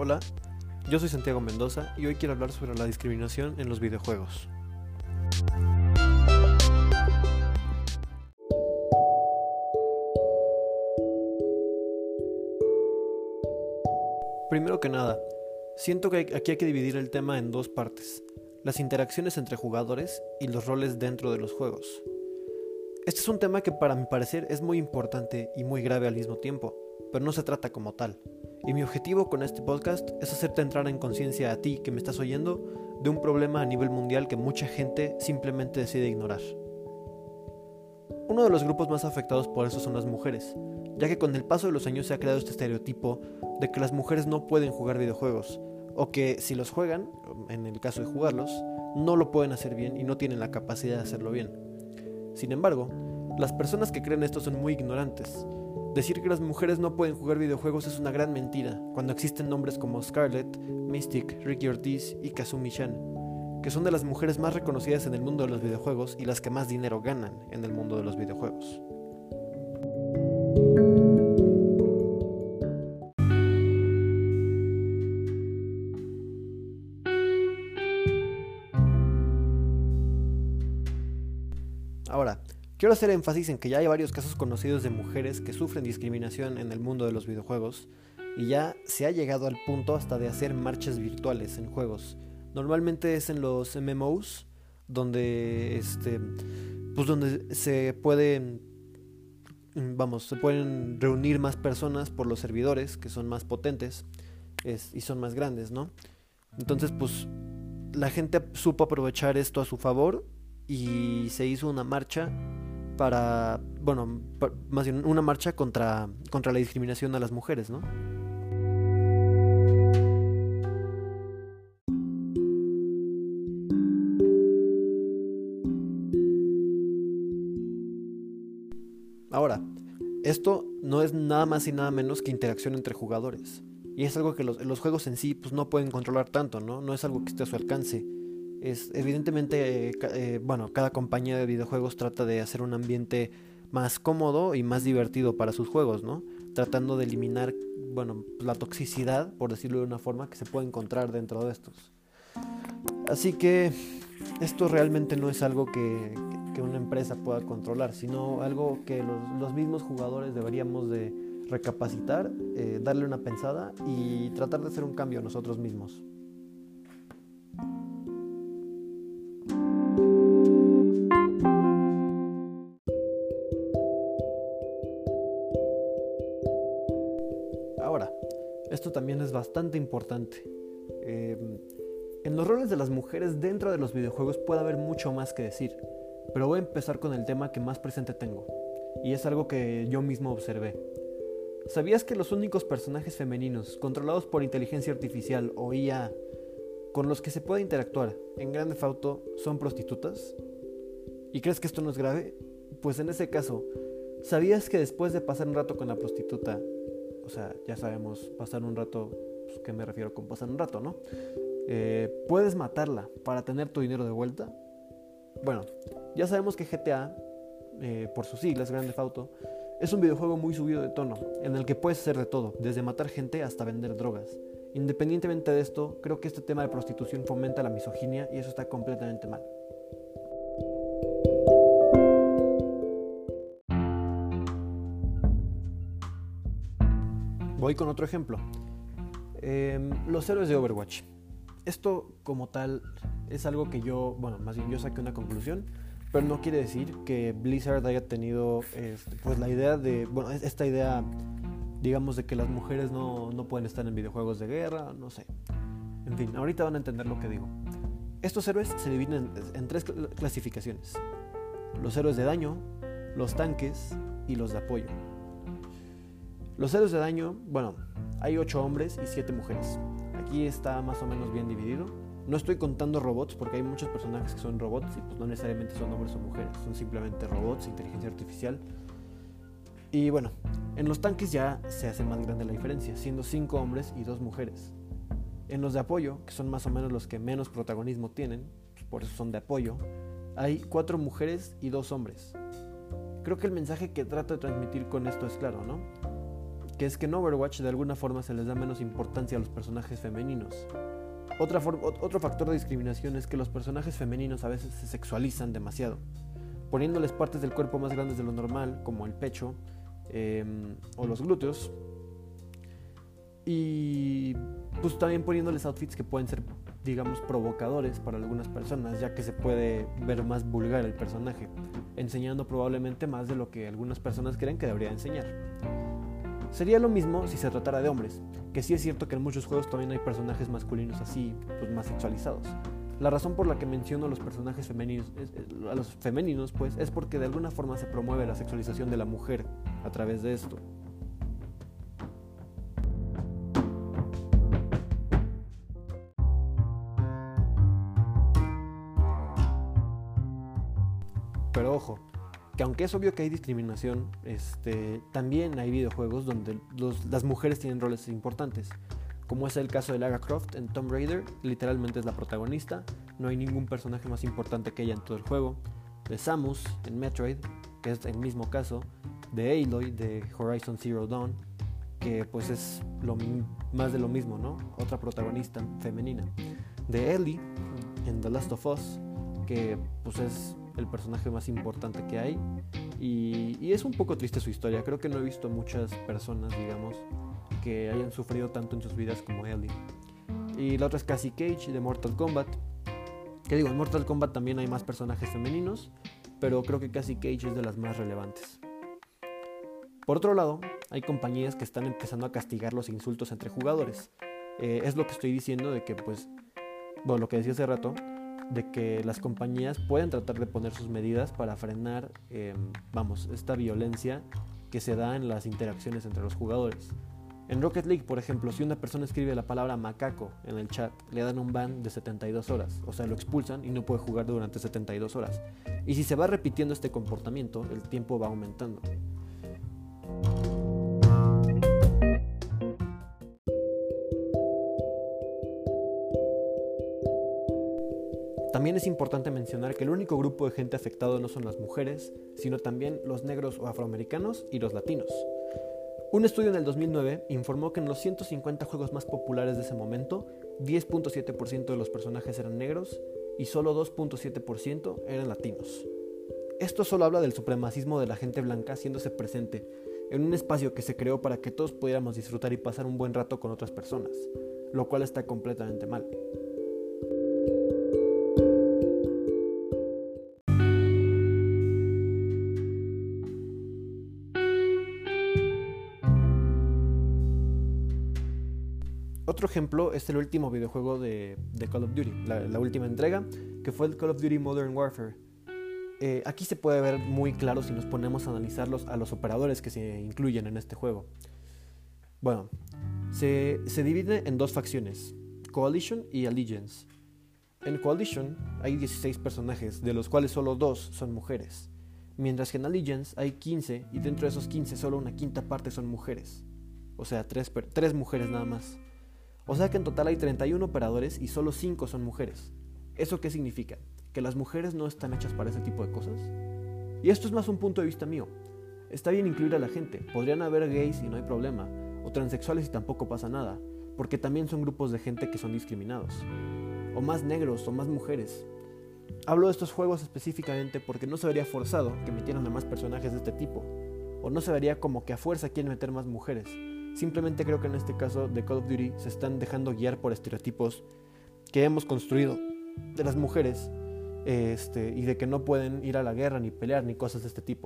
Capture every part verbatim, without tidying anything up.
Hola, yo soy Santiago Mendoza y hoy quiero hablar sobre la discriminación en los videojuegos. Primero que nada, siento que aquí hay que dividir el tema en dos partes: las interacciones entre jugadores y los roles dentro de los juegos. Este es un tema que para mi parecer es muy importante y muy grave al mismo tiempo, pero no se trata como tal. Y mi objetivo con este podcast es hacerte entrar en conciencia a ti que me estás oyendo de un problema a nivel mundial que mucha gente simplemente decide ignorar. Uno de los grupos más afectados por eso son las mujeres, ya que con el paso de los años se ha creado este estereotipo de que las mujeres no pueden jugar videojuegos, o que si los juegan, en el caso de jugarlos, no lo pueden hacer bien y no tienen la capacidad de hacerlo bien. Sin embargo, las personas que creen esto son muy ignorantes. Decir que las mujeres no pueden jugar videojuegos es una gran mentira, cuando existen nombres como Scarlett, Mystic, Ricky Ortiz y Kazumi Chan, que son de las mujeres más reconocidas en el mundo de los videojuegos y las que más dinero ganan en el mundo de los videojuegos. Ahora, quiero hacer énfasis en que ya hay varios casos conocidos de mujeres que sufren discriminación en el mundo de los videojuegos y ya se ha llegado al punto hasta de hacer marchas virtuales en juegos. Normalmente es en los M M Os donde este pues donde se pueden vamos, se pueden reunir más personas por los servidores que son más potentes es, y son más grandes, ¿no? Entonces, pues la gente supo aprovechar esto a su favor y se hizo una marcha para, bueno, para, más bien una marcha contra, contra la discriminación a las mujeres, ¿no? Ahora, esto no es nada más y nada menos que interacción entre jugadores. Y es algo que los, los juegos en sí pues, no pueden controlar tanto, ¿no? No es algo que esté a su alcance. Es, evidentemente, eh, eh, bueno, cada compañía de videojuegos trata de hacer un ambiente más cómodo y más divertido para sus juegos, ¿no? Tratando de eliminar, bueno, la toxicidad, por decirlo de una forma, que se puede encontrar dentro de estos. Así que esto realmente no es algo que, que una empresa pueda controlar, sino algo que los, los mismos jugadores deberíamos de recapacitar, eh, darle una pensada y tratar de hacer un cambio nosotros mismos. Ahora, esto también es bastante importante. Eh, en los roles de las mujeres dentro de los videojuegos puede haber mucho más que decir, pero voy a empezar con el tema que más presente tengo, y es algo que yo mismo observé. ¿Sabías que los únicos personajes femeninos controlados por inteligencia artificial o I A con los que se puede interactuar en Grand Theft Auto son prostitutas? ¿Y crees que esto no es grave? Pues en ese caso, ¿sabías que después de pasar un rato con la prostituta, o sea, ya sabemos pasar un rato, pues, ¿qué me refiero con pasar un rato, no? Eh, ¿Puedes matarla para tener tu dinero de vuelta? Bueno, ya sabemos que G T A, eh, por sus siglas, Grand Theft Auto, es un videojuego muy subido de tono, en el que puedes hacer de todo, desde matar gente hasta vender drogas. Independientemente de esto, creo que este tema de prostitución fomenta la misoginia y eso está completamente mal. Voy con otro ejemplo. Eh, los héroes de Overwatch. Esto como tal es algo que yo, bueno, más bien yo saqué una conclusión, pero no quiere decir que Blizzard haya tenido este, pues la idea de, bueno, esta idea, digamos, de que las mujeres no, no pueden estar en videojuegos de guerra, no sé. En fin, ahorita van a entender lo que digo. Estos héroes se dividen en, en tres clasificaciones: los héroes de daño, los tanques y los de apoyo. Los héroes de daño, bueno, hay ocho hombres y siete mujeres. Aquí está más o menos bien dividido. No estoy contando robots porque hay muchos personajes que son robots y pues no necesariamente son hombres o mujeres, son simplemente robots, inteligencia artificial. Y bueno, en los tanques ya se hace más grande la diferencia, siendo cinco hombres y dos mujeres. En los de apoyo, que son más o menos los que menos protagonismo tienen, por eso son de apoyo, hay cuatro mujeres y dos hombres. Creo que el mensaje que trato de transmitir con esto es claro, ¿no? que es que en Overwatch de alguna forma se les da menos importancia a los personajes femeninos. Otra for- otro factor de discriminación es que los personajes femeninos a veces se sexualizan demasiado, poniéndoles partes del cuerpo más grandes de lo normal, como el pecho eh, o los glúteos, y pues también poniéndoles outfits que pueden ser, digamos, provocadores para algunas personas, ya que se puede ver más vulgar el personaje, enseñando probablemente más de lo que algunas personas creen que debería enseñar. Sería lo mismo si se tratara de hombres, que sí es cierto que en muchos juegos también hay personajes masculinos así, pues más sexualizados. La razón por la que menciono a los personajes femeninos, es, es, a los femeninos, pues, es porque de alguna forma se promueve la sexualización de la mujer a través de esto. Pero ojo, que aunque es obvio que hay discriminación, este, también hay videojuegos donde los, las mujeres tienen roles importantes, como es el caso de Lara Croft en Tomb Raider. Literalmente es la protagonista, no hay ningún personaje más importante que ella en todo el juego. De Samus en Metroid, que es el mismo caso. De Aloy de Horizon Zero Dawn, que pues es lo, más de lo mismo, ¿no? Otra protagonista femenina. De Ellie en The Last of Us, que pues es el personaje más importante que hay, y, y es un poco triste su historia. Creo que no he visto muchas personas, digamos, que hayan sufrido tanto en sus vidas como Ellie. Y la otra es Cassie Cage de Mortal Kombat, que digo, en Mortal Kombat también hay más personajes femeninos, pero creo que Cassie Cage es de las más relevantes. Por otro lado, hay compañías que están empezando a castigar los insultos entre jugadores. Eh, es lo que estoy diciendo de que, pues, bueno, lo que decía hace rato, de que las compañías pueden tratar de poner sus medidas para frenar, eh, vamos, esta violencia que se da en las interacciones entre los jugadores. En Rocket League, por ejemplo, si una persona escribe la palabra macaco en el chat, le dan un ban de setenta y dos horas, o sea, lo expulsan y no puede jugar durante setenta y dos horas. Y si se va repitiendo este comportamiento, el tiempo va aumentando. También es importante mencionar que el único grupo de gente afectado no son las mujeres, sino también los negros o afroamericanos y los latinos. Un estudio en el dos mil nueve informó que en los ciento cincuenta juegos más populares de ese momento, diez punto siete por ciento de los personajes eran negros y solo dos punto siete por ciento eran latinos. Esto solo habla del supremacismo de la gente blanca haciéndose presente en un espacio que se creó para que todos pudiéramos disfrutar y pasar un buen rato con otras personas, lo cual está completamente mal. Otro ejemplo es el último videojuego de, de Call of Duty, la, la última entrega, que fue el Call of Duty Modern Warfare. Eh, aquí se puede ver muy claro si nos ponemos a analizarlos a los operadores que se incluyen en este juego. Bueno, se, se divide en dos facciones, Coalition y Allegiance. En Coalition hay dieciséis personajes, de los cuales solo dos son mujeres, mientras que en Allegiance hay quince y dentro de esos quince solo una quinta parte son mujeres. O sea, tres, tres mujeres nada más. O sea que en total hay treinta y uno operadores y solo cinco son mujeres. ¿Eso qué significa? ¿Que las mujeres no están hechas para ese tipo de cosas? Y esto es más un punto de vista mío. Está bien incluir a la gente, podrían haber gays y no hay problema, o transexuales y tampoco pasa nada, porque también son grupos de gente que son discriminados. O más negros, o más mujeres. Hablo de estos juegos específicamente porque no se vería forzado que metieran a más personajes de este tipo, o no se vería como que a fuerza quieren meter más mujeres. Simplemente creo que en este caso de Call of Duty se están dejando guiar por estereotipos que hemos construido de las mujeres, este, y de que no pueden ir a la guerra ni pelear ni cosas de este tipo.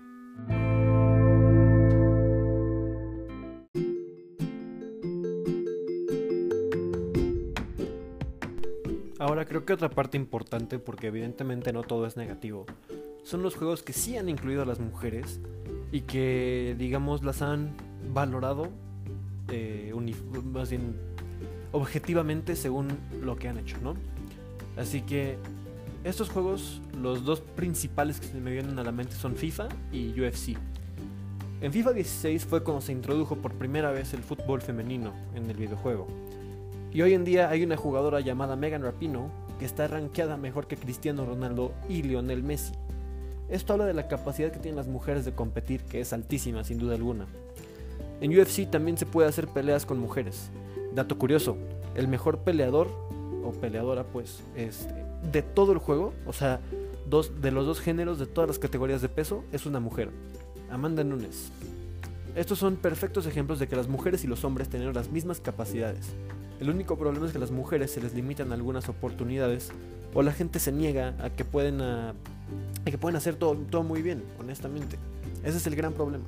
Ahora creo que otra parte importante, porque evidentemente no todo es negativo, son los juegos que sí han incluido a las mujeres y que, digamos, las han valorado eh, unif- más bien objetivamente según lo que han hecho, ¿no? Así que estos juegos, los dos principales que se me vienen a la mente son FIFA y U F C. En FIFA dieciséis fue cuando se introdujo por primera vez el fútbol femenino en el videojuego. Y hoy en día hay una jugadora llamada Megan Rapinoe que está rankeada mejor que Cristiano Ronaldo y Lionel Messi. Esto habla de la capacidad que tienen las mujeres de competir, que es altísima sin duda alguna. En U F C también se puede hacer peleas con mujeres. Dato curioso, el mejor peleador o peleadora pues este, de todo el juego, o sea, dos, de los dos géneros, de todas las categorías de peso, es una mujer, Amanda Nunes. Estos son perfectos ejemplos de que las mujeres y los hombres tienen las mismas capacidades. El único problema es que a las mujeres se les limitan algunas oportunidades o la gente se niega a que pueden, a, a que pueden hacer todo, todo muy bien, honestamente. Ese es el gran problema.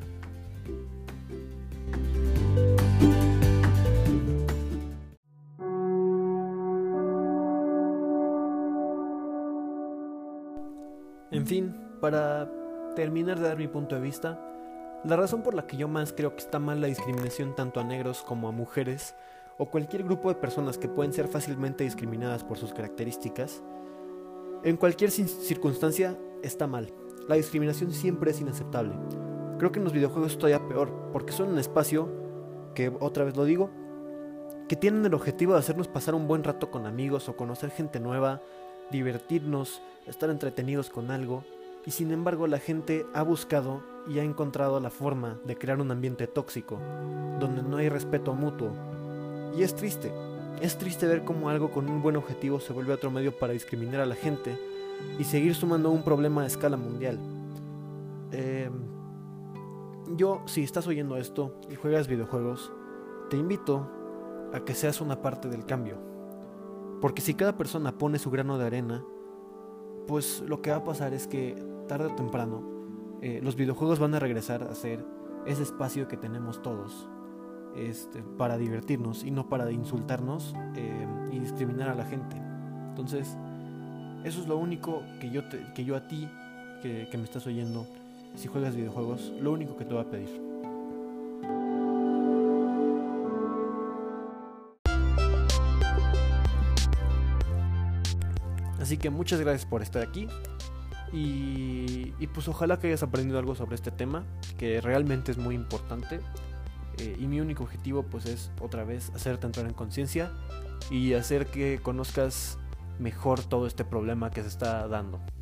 En fin, para terminar de dar mi punto de vista, la razón por la que yo más creo que está mal la discriminación tanto a negros como a mujeres o cualquier grupo de personas que pueden ser fácilmente discriminadas por sus características, en cualquier circunstancia está mal. La discriminación siempre es inaceptable. Creo que en los videojuegos es todavía peor, porque son un espacio, que otra vez lo digo, que tienen el objetivo de hacernos pasar un buen rato con amigos o conocer gente nueva, divertirnos, estar entretenidos con algo, y sin embargo la gente ha buscado y ha encontrado la forma de crear un ambiente tóxico, donde no hay respeto mutuo. Y es triste, es triste ver cómo algo con un buen objetivo se vuelve otro medio para discriminar a la gente y seguir sumando un problema a escala mundial. Eh, yo, si estás oyendo esto y juegas videojuegos, te invito a que seas una parte del cambio. Porque si cada persona pone su grano de arena, pues lo que va a pasar es que tarde o temprano eh, los videojuegos van a regresar a ser ese espacio que tenemos todos este, para divertirnos y no para insultarnos eh, y discriminar a la gente. Entonces, eso es lo único que yo, te, que yo a ti, que, que me estás oyendo, si juegas videojuegos, lo único que te voy a pedir. Así que muchas gracias por estar aquí y, y pues ojalá que hayas aprendido algo sobre este tema, que realmente es muy importante, eh, y mi único objetivo pues es otra vez hacerte entrar en conciencia y hacer que conozcas mejor todo este problema que se está dando.